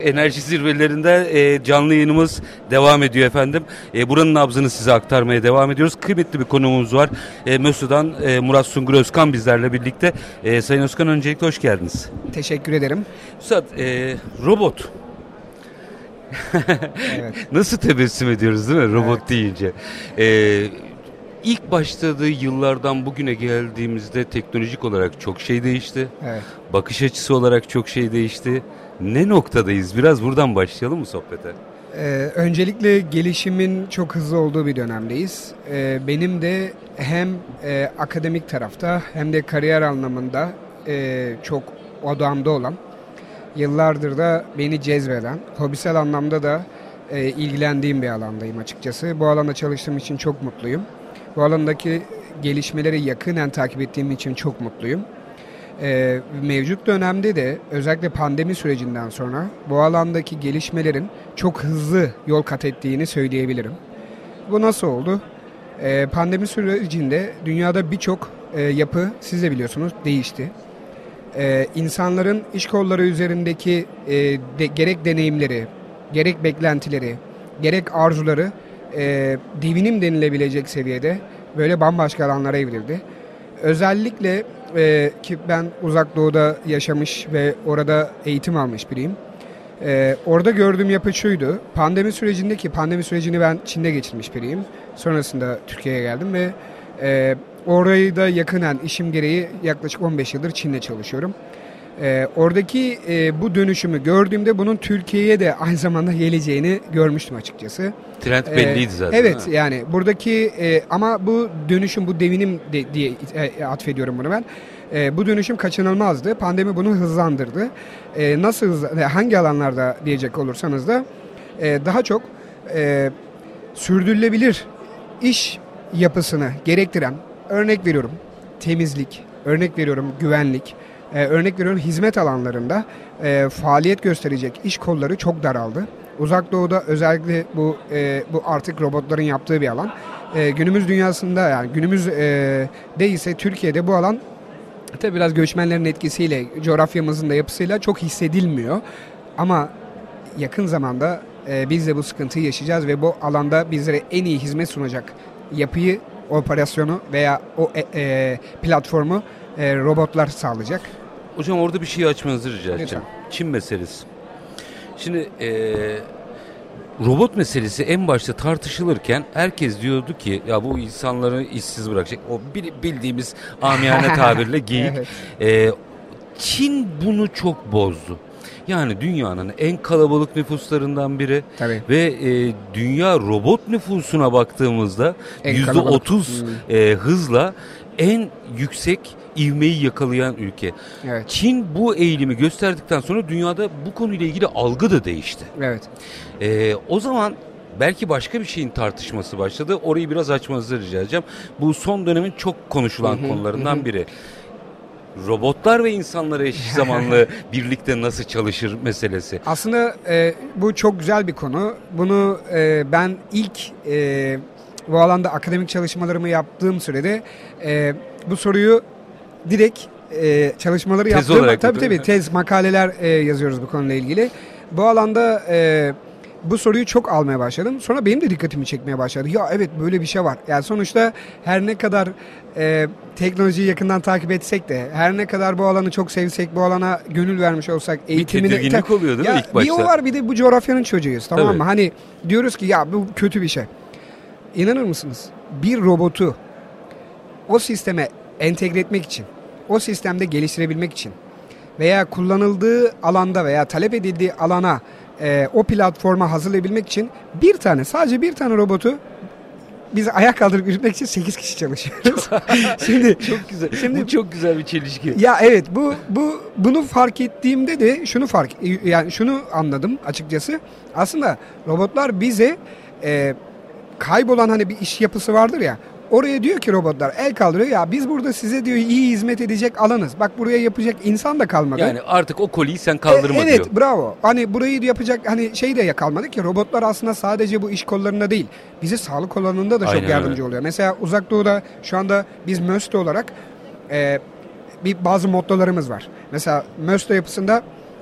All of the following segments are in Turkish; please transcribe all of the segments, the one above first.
Enerji zirvelerinde canlı yayınımız devam ediyor efendim. Buranın nabzını size aktarmaya devam ediyoruz. Kıymetli bir konuğumuz var. MÖSTA'dan Murat Sungur Özkan bizlerle birlikte. Sayın Özkan, öncelikle hoş geldiniz. Teşekkür ederim. Üstad, robot. Evet. Nasıl tebessüm ediyoruz değil mi robot deyince? İlk başladığı yıllardan bugüne geldiğimizde teknolojik olarak çok şey değişti. Evet. Bakış açısı olarak çok şey değişti. Ne noktadayız? Biraz buradan başlayalım mı sohbete? Öncelikle gelişimin çok hızlı olduğu bir dönemdeyiz. Benim de hem akademik tarafta hem de kariyer anlamında çok odağımda olan, yıllardır da beni cezbeden, hobisel anlamda da ilgilendiğim bir alandayım açıkçası. Bu alanda çalıştığım için çok mutluyum. Bu alandaki gelişmeleri yakinen takip ettiğim için çok mutluyum. Mevcut dönemde de özellikle pandemi sürecinden sonra bu alandaki gelişmelerin çok hızlı yol kat ettiğini söyleyebilirim. Bu nasıl oldu? Pandemi sürecinde dünyada birçok yapı, siz de biliyorsunuz, değişti. İnsanların iş kolları üzerindeki gerek deneyimleri, gerek beklentileri, gerek arzuları devinim denilebilecek seviyede böyle bambaşka alanlara evrildi. Özellikle ki ben Uzak Doğu'da yaşamış ve orada eğitim almış biriyim. Orada gördüğüm yapı şuydu. Pandemi sürecini ben Çin'de geçirmiş biriyim. Sonrasında Türkiye'ye geldim ve orayı da yakinen işim gereği yaklaşık 15 yıldır Çin'de çalışıyorum. Oradaki bu dönüşümü gördüğümde bunun Türkiye'ye de aynı zamanda geleceğini görmüştüm açıkçası. Trend belliydi zaten. Evet, yani buradaki ama bu dönüşüm, bu devinim diye atfediyorum bunu ben. Bu dönüşüm kaçınılmazdı. Pandemi bunu hızlandırdı. Hangi alanlarda diyecek olursanız da daha çok sürdürülebilir iş yapısını gerektiren, örnek veriyorum temizlik, örnek veriyorum güvenlik, örnek veriyorum hizmet alanlarında faaliyet gösterecek iş kolları çok daraldı. Uzak Doğu'da özellikle bu artık robotların yaptığı bir alan. Günümüz dünyasında, yani günümüzde ise Türkiye'de bu alan tabii biraz göçmenlerin etkisiyle, coğrafyamızın da yapısıyla çok hissedilmiyor. Ama yakın zamanda biz de bu sıkıntıyı yaşayacağız ve bu alanda bizlere en iyi hizmet sunacak yapıyı, operasyonu veya o platformu robotlar sağlayacak. Hocam, orada bir şey açmanızı rica edeceğim. Lütfen. Çin meselesi. Şimdi robot meselesi en başta tartışılırken herkes diyordu ki ya bu insanları işsiz bırakacak. O bildiğimiz amiyane tabirle geyik. Evet. Çin bunu çok bozdu. Yani dünyanın en kalabalık nüfuslarından biri. Tabii. Ve dünya robot nüfusuna baktığımızda %30 hızla en yüksek ivmeyi yakalayan ülke. Evet. Çin bu eğilimi gösterdikten sonra dünyada bu konuyla ilgili algı da değişti. Evet. O zaman belki başka bir şeyin tartışması başladı. Orayı biraz açmanızı rica edeceğim. Bu son dönemin çok konuşulan konularından biri. Robotlar ve insanlar eş zamanlı birlikte nasıl çalışır meselesi. Aslında bu çok güzel bir konu. Bunu ben ilk bu alanda akademik çalışmalarımı yaptığım sürede bu soruyu direkt çalışmaları tez yaptığım, tabii tez makaleler yazıyoruz bu konuyla ilgili. Bu alanda bu soruyu çok almaya başladım. Sonra benim de dikkatimi çekmeye başladı. Ya evet, böyle bir şey var. Yani sonuçta her ne kadar teknolojiyi yakından takip etsek de, her ne kadar bu alanı çok sevsek, bu alana gönül vermiş olsak, eğitimini... Bir tedirginlik oluyor değil mi ilk başta? Bir o var, bir de bu coğrafyanın çocuğuyuz, tamam mı? Hani diyoruz ki ya bu kötü bir şey. İnanır mısınız? Bir robotu o sisteme entegre etmek için, o sistemde geliştirebilmek için veya kullanıldığı alanda veya talep edildiği alana o platforma hazırlayabilmek için sadece bir tane robotu biz ayağa kaldırıp yürütmek için 8 kişi çalışıyoruz. Şimdi çok güzel. Bu çok güzel bir çelişki. Ya evet, bunu fark ettiğimde de şunu anladım açıkçası. Aslında robotlar bize kaybolan hani bir iş yapısı vardır ya. Oraya diyor ki robotlar, el kaldırıyor, ya biz burada size diyor iyi hizmet edecek alanız. Bak buraya yapacak insan da kalmadı. Yani artık o koliyi sen kaldırma diyor. Evet, bravo. Hani burayı yapacak şey de kalmadı ki, robotlar aslında sadece bu iş kollarında değil, bize sağlık alanında da çok yardımcı oluyor. Mesela Uzak Doğu'da şu anda biz MÖSTA olarak bazı mottolarımız var. Mesela MÖSTA yapısında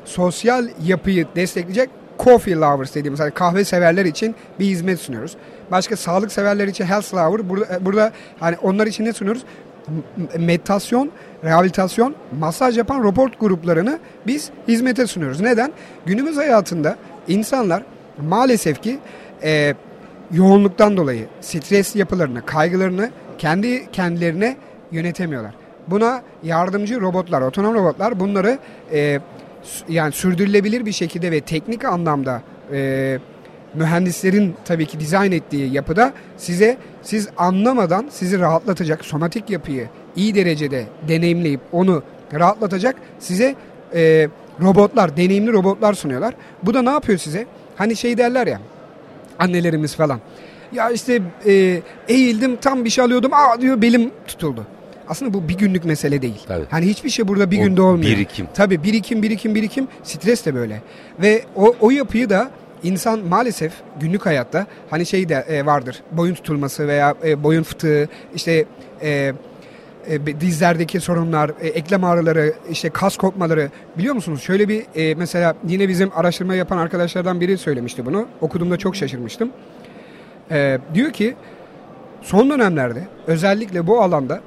sosyal yapıyı destekleyecek coffee lovers dediğimiz hani kahve severler için bir hizmet sunuyoruz. Başka sağlık severler için health lover. Burada hani onlar için ne sunuyoruz? Meditasyon, rehabilitasyon, masaj yapan robot gruplarını biz hizmete sunuyoruz. Neden? Günümüz hayatında insanlar maalesef ki yoğunluktan dolayı stres yapılarını, kaygılarını kendi kendilerine yönetemiyorlar. Buna yardımcı robotlar, otonom robotlar bunları yani sürdürülebilir bir şekilde ve teknik anlamda mühendislerin tabii ki dizayn ettiği yapıda siz anlamadan sizi rahatlatacak somatik yapıyı iyi derecede deneyimleyip onu rahatlatacak size robotlar, deneyimli robotlar sunuyorlar. Bu da ne yapıyor size? Hani şey derler ya annelerimiz falan. Ya işte eğildim tam bir şey alıyordum diyor belim tutuldu. Aslında bu bir günlük mesele değil. Tabii. Hani hiçbir şey burada bir günde olmuyor. Birikim. Tabii birikim. Stres de böyle. Ve o yapıyı da insan maalesef günlük hayatta hani şey de vardır. Boyun tutulması veya boyun fıtığı, işte dizlerdeki sorunlar, eklem ağrıları, işte kas kopmaları biliyor musunuz? Şöyle bir mesela yine bizim araştırma yapan arkadaşlardan biri söylemişti bunu. Okuduğumda çok şaşırmıştım. Diyor ki son dönemlerde özellikle bu alanda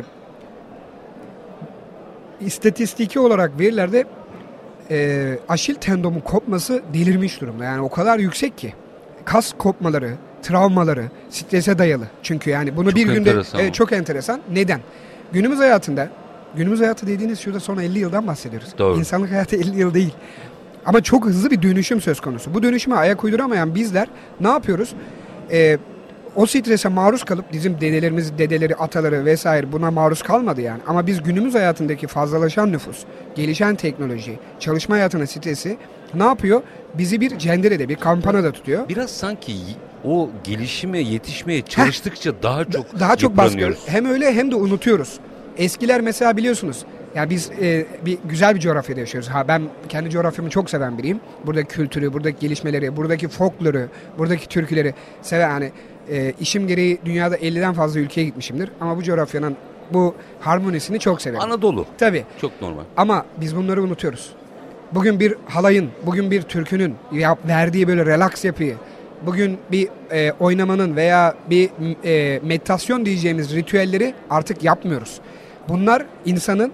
istatistiki olarak verilerde aşil tendonun kopması delirmiş durumda. Yani o kadar yüksek ki kas kopmaları, travmaları, strese dayalı. Çünkü yani bunu çok bir günde çok enteresan. Neden? Günümüz hayatı dediğiniz şurada son 50 yıldan bahsediyoruz. Doğru. İnsanlık hayatı 50 yıl değil. Ama çok hızlı bir dönüşüm söz konusu. Bu dönüşüme ayak uyduramayan bizler ne yapıyoruz? O strese maruz kalıp bizim dedeleri, ataları vesaire buna maruz kalmadı yani. Ama biz günümüz hayatındaki fazlalaşan nüfus, gelişen teknoloji, çalışma hayatının stresi ne yapıyor? Bizi bir cenderede, bir kampanada tutuyor. Biraz sanki o gelişime, yetişmeye çalıştıkça daha çok baskıyoruz. Hem öyle hem de unutuyoruz. Eskiler mesela biliyorsunuz. Yani biz güzel bir coğrafyada yaşıyoruz. Ben kendi coğrafyamı çok seven biriyim. Buradaki kültürü, buradaki gelişmeleri, buradaki folkloru, buradaki türküleri seven yani işim gereği dünyada 50'den fazla ülkeye gitmişimdir. Ama bu coğrafyanın bu harmonisini çok severim. Anadolu. Tabii. Çok normal. Ama biz bunları unutuyoruz. Bugün bir halayın, bugün bir türkünün verdiği böyle relax yapıyı, bugün bir oynamanın veya bir meditasyon diyeceğimiz ritüelleri artık yapmıyoruz. Bunlar insanın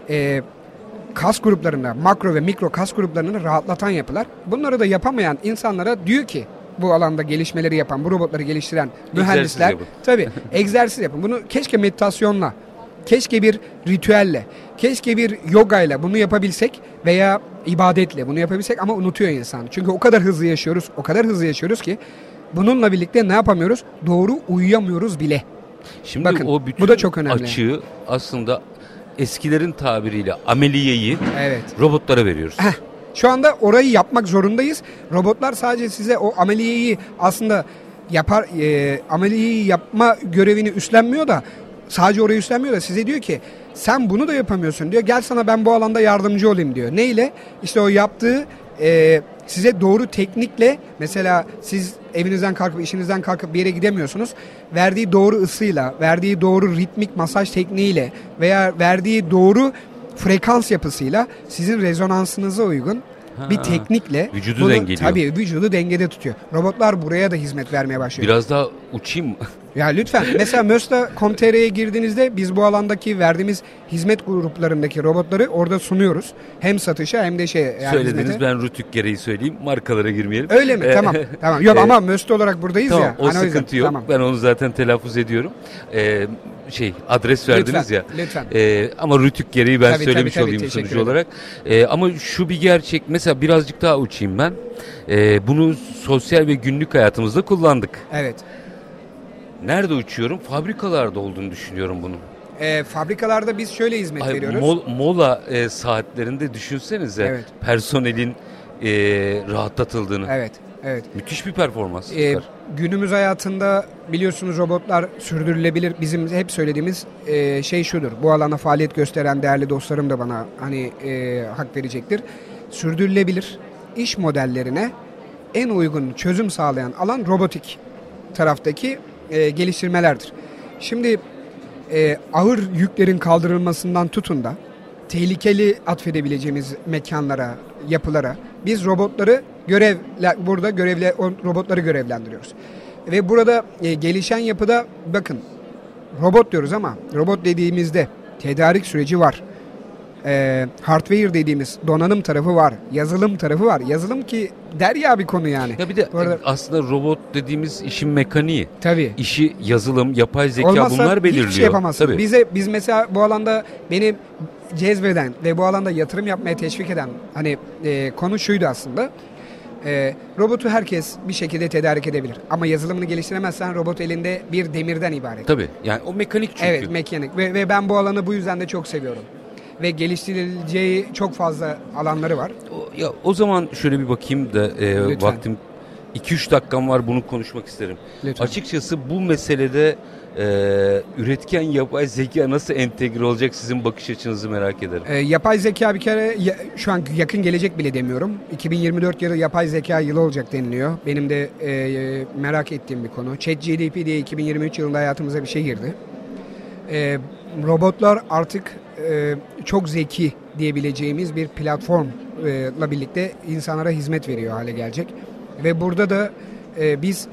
kas gruplarında, makro ve mikro kas gruplarını rahatlatan yapılar. Bunları da yapamayan insanlara diyor ki bu alanda gelişmeleri yapan, bu robotları geliştiren mühendisler tabii egzersiz yapın. Bunu keşke meditasyonla, keşke bir ritüelle, keşke bir yogayla bunu yapabilsek veya ibadetle bunu yapabilsek ama unutuyor insan. Çünkü o kadar hızlı yaşıyoruz ki bununla birlikte ne yapamıyoruz? Doğru uyuyamıyoruz bile. Şimdi bakın, o bütün bu da çok önemli. Açığı aslında eskilerin tabiriyle ameliyeyi robotlara veriyoruz. Şu anda orayı yapmak zorundayız. Robotlar sadece size o ameliyeyi aslında ameliyeyi yapma görevini üstlenmiyor da sadece orayı üstlenmiyor da size diyor ki sen bunu da yapamıyorsun diyor. Gel sana ben bu alanda yardımcı olayım diyor. Neyle? İşte o yaptığı size doğru teknikle mesela siz evinizden kalkıp işinizden kalkıp bir yere gidemiyorsunuz. Verdiği doğru ısıyla, verdiği doğru ritmik masaj tekniğiyle veya verdiği doğru frekans yapısıyla sizin rezonansınıza uygun bir teknikle vücudu dengeliyor. Tabii vücudu dengede tutuyor. Robotlar buraya da hizmet vermeye başlıyor. Biraz daha uçayım. Ya lütfen. Mesela Mösta.com.tr'ye girdiğinizde biz bu alandaki verdiğimiz hizmet gruplarındaki robotları orada sunuyoruz. Hem satışa hem de Söylediniz hizmete. Ben Rütük gereği söyleyeyim. Markalara girmeyelim. Öyle mi? Tamam. Yok ama Mösta olarak buradayız tamam, ya. O hani sıkıntı yok. Tamam. Ben onu zaten telaffuz ediyorum. Adres verdiniz lütfen, ya. Lütfen. Ama Rütük gereği ben söylemiş tabii, olayım sunucu olarak. Ama şu bir gerçek. Mesela birazcık daha uçayım ben. Bunu sosyal ve günlük hayatımızda kullandık. Evet. Nerede uçuyorum? Fabrikalarda olduğunu düşünüyorum bunun. Fabrikalarda biz şöyle hizmet veriyoruz. Mola saatlerinde düşünsenize personelin rahatlatıldığını. Evet. Müthiş bir performans. Günümüz hayatında biliyorsunuz robotlar sürdürülebilir. Bizim hep söylediğimiz şey şudur. Bu alana faaliyet gösteren değerli dostlarım da bana hak verecektir. Sürdürülebilir iş modellerine en uygun çözüm sağlayan alan robotik taraftaki geliştirmelerdir. Şimdi ağır yüklerin kaldırılmasından tutun da tehlikeli atfedebileceğimiz mekanlara, yapılara biz robotları robotları görevlendiriyoruz. Ve burada gelişen yapıda bakın robot diyoruz ama robot dediğimizde tedarik süreci var. Hardware dediğimiz donanım tarafı var. Yazılım tarafı var. Yazılım ki derya bir konu yani. Ya bir de aslında robot dediğimiz işin mekaniği. Tabii. İşi yazılım, yapay zeka olmazsa bunlar belirliyor. Hiçbir şey yapamazsın. Tabii. Biz mesela bu alanda beni cezbeden ve bu alanda yatırım yapmaya teşvik eden konu şuydu aslında. Robotu herkes bir şekilde tedarik edebilir. Ama yazılımını geliştiremezsen robot elinde bir demirden ibaret. Tabii. Yani o mekanik çünkü. Evet, mekanik ve ben bu alanı bu yüzden de çok seviyorum. Ve geliştirileceği çok fazla alanları var. O zaman şöyle bir bakayım da vaktim 2-3 dakikam var, bunu konuşmak isterim. Lütfen. Açıkçası bu meselede üretken yapay zeka nasıl entegre olacak, sizin bakış açınızı merak ederim. Yapay zeka bir kere şu an yakın gelecek bile demiyorum. 2024 yılı yapay zeka yılı olacak deniliyor. Benim de merak ettiğim bir konu. ChatGPT diye 2023 yılında hayatımıza bir şey girdi. Robotlar artık çok zeki diyebileceğimiz bir platformla birlikte insanlara hizmet veriyor hale gelecek. Ve burada da biz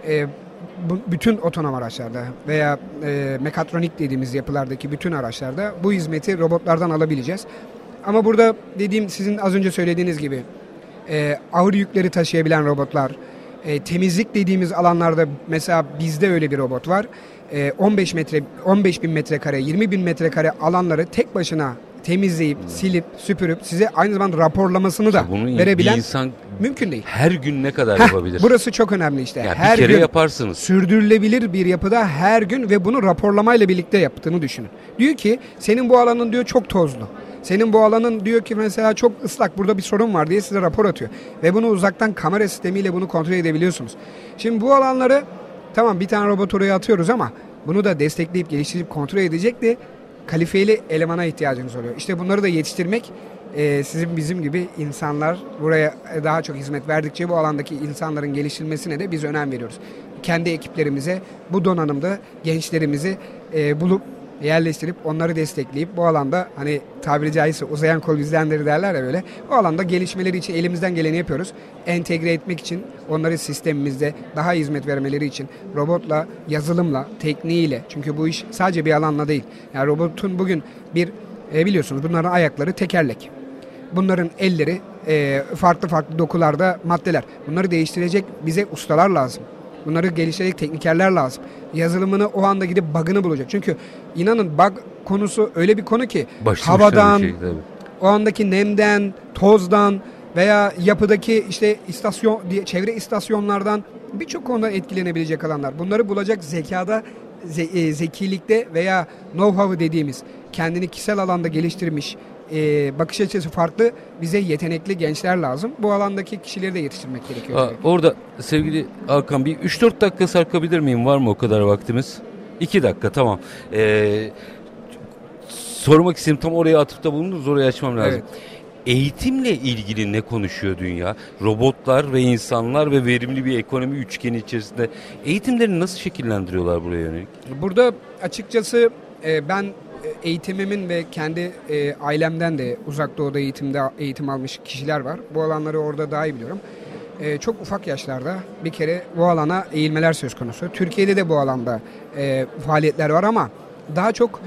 bütün otonom araçlarda veya mekatronik dediğimiz yapılardaki bütün araçlarda bu hizmeti robotlardan alabileceğiz. Ama burada sizin az önce söylediğiniz gibi ağır yükleri taşıyabilen robotlar, temizlik dediğimiz alanlarda mesela bizde öyle bir robot var. 15 bin metrekare, 20 bin metrekare alanları tek başına temizleyip, silip, süpürüp size aynı zamanda raporlamasını da verebilen bir insan mümkün değil. Her gün ne kadar yapabilir? Burası çok önemli işte. Yani her bir kere gün yaparsınız. Sürdürülebilir bir yapıda her gün ve bunu raporlamayla birlikte yaptığını düşünün. Diyor ki senin bu alanın diyor çok tozlu. Senin bu alanın diyor ki mesela çok ıslak, burada bir sorun var diye size rapor atıyor. Ve bunu uzaktan kamera sistemiyle bunu kontrol edebiliyorsunuz. Şimdi bu alanları tamam bir tane robot oraya atıyoruz ama bunu da destekleyip geliştirip kontrol edecek de kalifiyeli elemana ihtiyacınız oluyor. İşte bunları da yetiştirmek sizin bizim gibi insanlar buraya daha çok hizmet verdikçe bu alandaki insanların geliştirilmesine de biz önem veriyoruz. Kendi ekiplerimize bu donanımda gençlerimizi bulup yerleştirip onları destekleyip bu alanda hani tabiri caizse uzayan kol bizdendir derler ya böyle. O alanda gelişmeleri için elimizden geleni yapıyoruz. Entegre etmek için onları sistemimizde daha hizmet vermeleri için robotla, yazılımla, tekniğiyle çünkü bu iş sadece bir alanla değil. Yani robotun bugün biliyorsunuz bunların ayakları tekerlek. Bunların elleri farklı farklı dokularda maddeler. Bunları değiştirecek bize ustalar lazım. Bunları geliştirecek teknikerler lazım. Yazılımını o anda gidip bug'ını bulacak. Çünkü inanın bug konusu öyle bir konu ki havadan, o andaki nemden, tozdan veya yapıdaki işte çevre istasyonlardan birçok konuda etkilenebilecek alanlar. Bunları bulacak zekada, zekilikte veya know-how dediğimiz kendini kişisel alanda geliştirmiş, bakış açısı farklı bize yetenekli gençler lazım. Bu alandaki kişileri de yetiştirmek gerekiyor. Orada sevgili Hakan bir 3-4 dakika sarkabilir miyim? Var mı o kadar vaktimiz? 2 dakika tamam. Sormak istedim, tam oraya atıfta bulundunuz, orayı açmam lazım. Evet. Eğitimle ilgili ne konuşuyor dünya? Robotlar ve insanlar ve verimli bir ekonomi üçgeni içerisinde eğitimlerini nasıl şekillendiriyorlar buraya yönelik? Burada açıkçası ben eğitimimin ve kendi ailemden de uzak doğuda eğitim almış kişiler var. Bu alanları orada daha iyi biliyorum. Çok ufak yaşlarda bir kere bu alana eğilmeler söz konusu. Türkiye'de de bu alanda faaliyetler var ama daha çok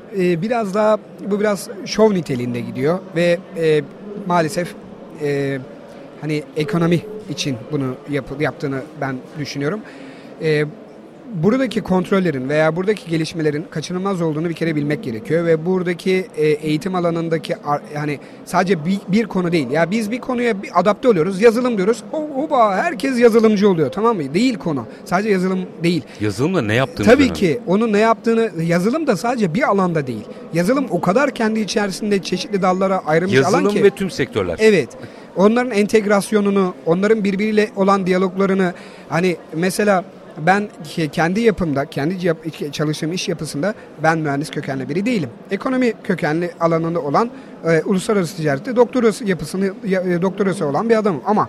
biraz şov niteliğinde gidiyor ve maalesef hani ekonomi için bunu yaptığını ben düşünüyorum. Buradaki kontrollerin veya buradaki gelişmelerin kaçınılmaz olduğunu bir kere bilmek gerekiyor ve buradaki eğitim alanındaki hani sadece bir konu değil. Ya biz bir konuya adapte oluyoruz, yazılım diyoruz. Herkes yazılımcı oluyor, tamam mı? Değil konu. Sadece yazılım değil. Yazılımla ne yaptığını tabii ki onun ne yaptığını, yazılım da sadece bir alanda değil. Yazılım o kadar kendi içerisinde çeşitli dallara ayrılmış alan ki. Yazılım ve tüm sektörler. Evet. Onların entegrasyonunu, onların birbiriyle olan diyaloglarını hani mesela ben kendi yapımda, çalıştığım iş yapısında ben mühendis kökenli biri değilim. Ekonomi kökenli alanında olan uluslararası ticarette doktorası olan bir adamım. Ama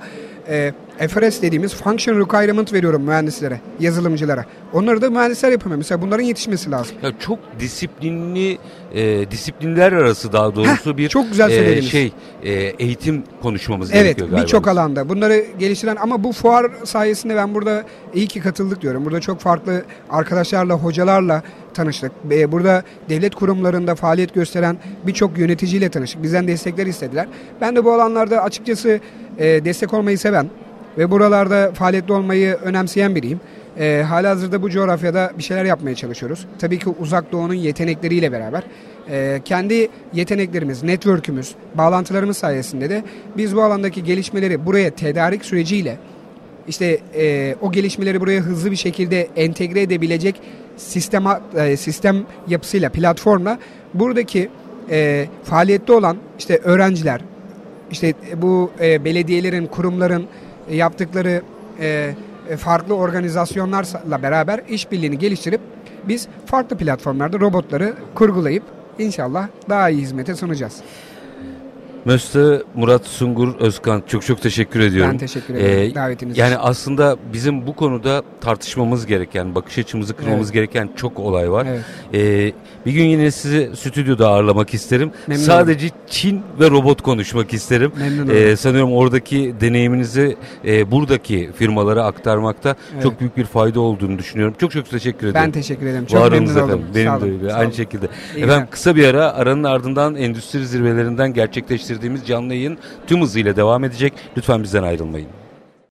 FRS dediğimiz Function Requirement veriyorum mühendislere, yazılımcılara. Onları da mühendisler yapamıyor. Mesela bunların yetişmesi lazım. Ya çok disiplinli, disiplinler arası daha doğrusu bir çok güzel eğitim konuşmamız gerekiyor galiba. Evet, birçok alanda. Bunları geliştiren ama bu fuar sayesinde ben burada iyi ki katıldık diyorum. Burada çok farklı arkadaşlarla, hocalarla tanıştık. Burada devlet kurumlarında faaliyet gösteren birçok yöneticiyle tanıştık. Bizden destekler istediler. Ben de bu alanlarda açıkçası destek olmayı seven ve buralarda faaliyetli olmayı önemseyen biriyim. Halihazırda bu coğrafyada bir şeyler yapmaya çalışıyoruz. Tabii ki Uzak Doğu'nun yetenekleriyle beraber. Kendi yeteneklerimiz, network'ümüz, bağlantılarımız sayesinde de biz bu alandaki gelişmeleri buraya tedarik süreciyle o gelişmeleri buraya hızlı bir şekilde entegre edebilecek sistem yapısıyla, platformla buradaki faaliyette olan öğrenciler, bu belediyelerin, kurumların yaptıkları farklı organizasyonlarla beraber işbirliğini geliştirip biz farklı platformlarda robotları kurgulayıp inşallah daha iyi hizmete sunacağız. Möste Murat Sungur Özkan, çok teşekkür ediyorum. Ben teşekkür ederim davetiniz için. Yani aslında bizim bu konuda tartışmamız gereken, bakış açımızı kırmamız gereken çok olay var. Evet. Bir gün yine sizi stüdyoda ağırlamak isterim. Memnun Sadece Çin ve robot konuşmak isterim. Sanıyorum oradaki deneyiminizi buradaki firmalara aktarmakta çok büyük bir fayda olduğunu düşünüyorum. Çok teşekkür ederim. Ben teşekkür ederim. Çok memnun oldum. Benim de öyle. Aynı şekilde. Efendim kısa bir ara, aranın ardından endüstri zirvelerinden gerçekleştirdiğimiz canlı yayın tüm hızıyla devam edecek. Lütfen bizden ayrılmayın.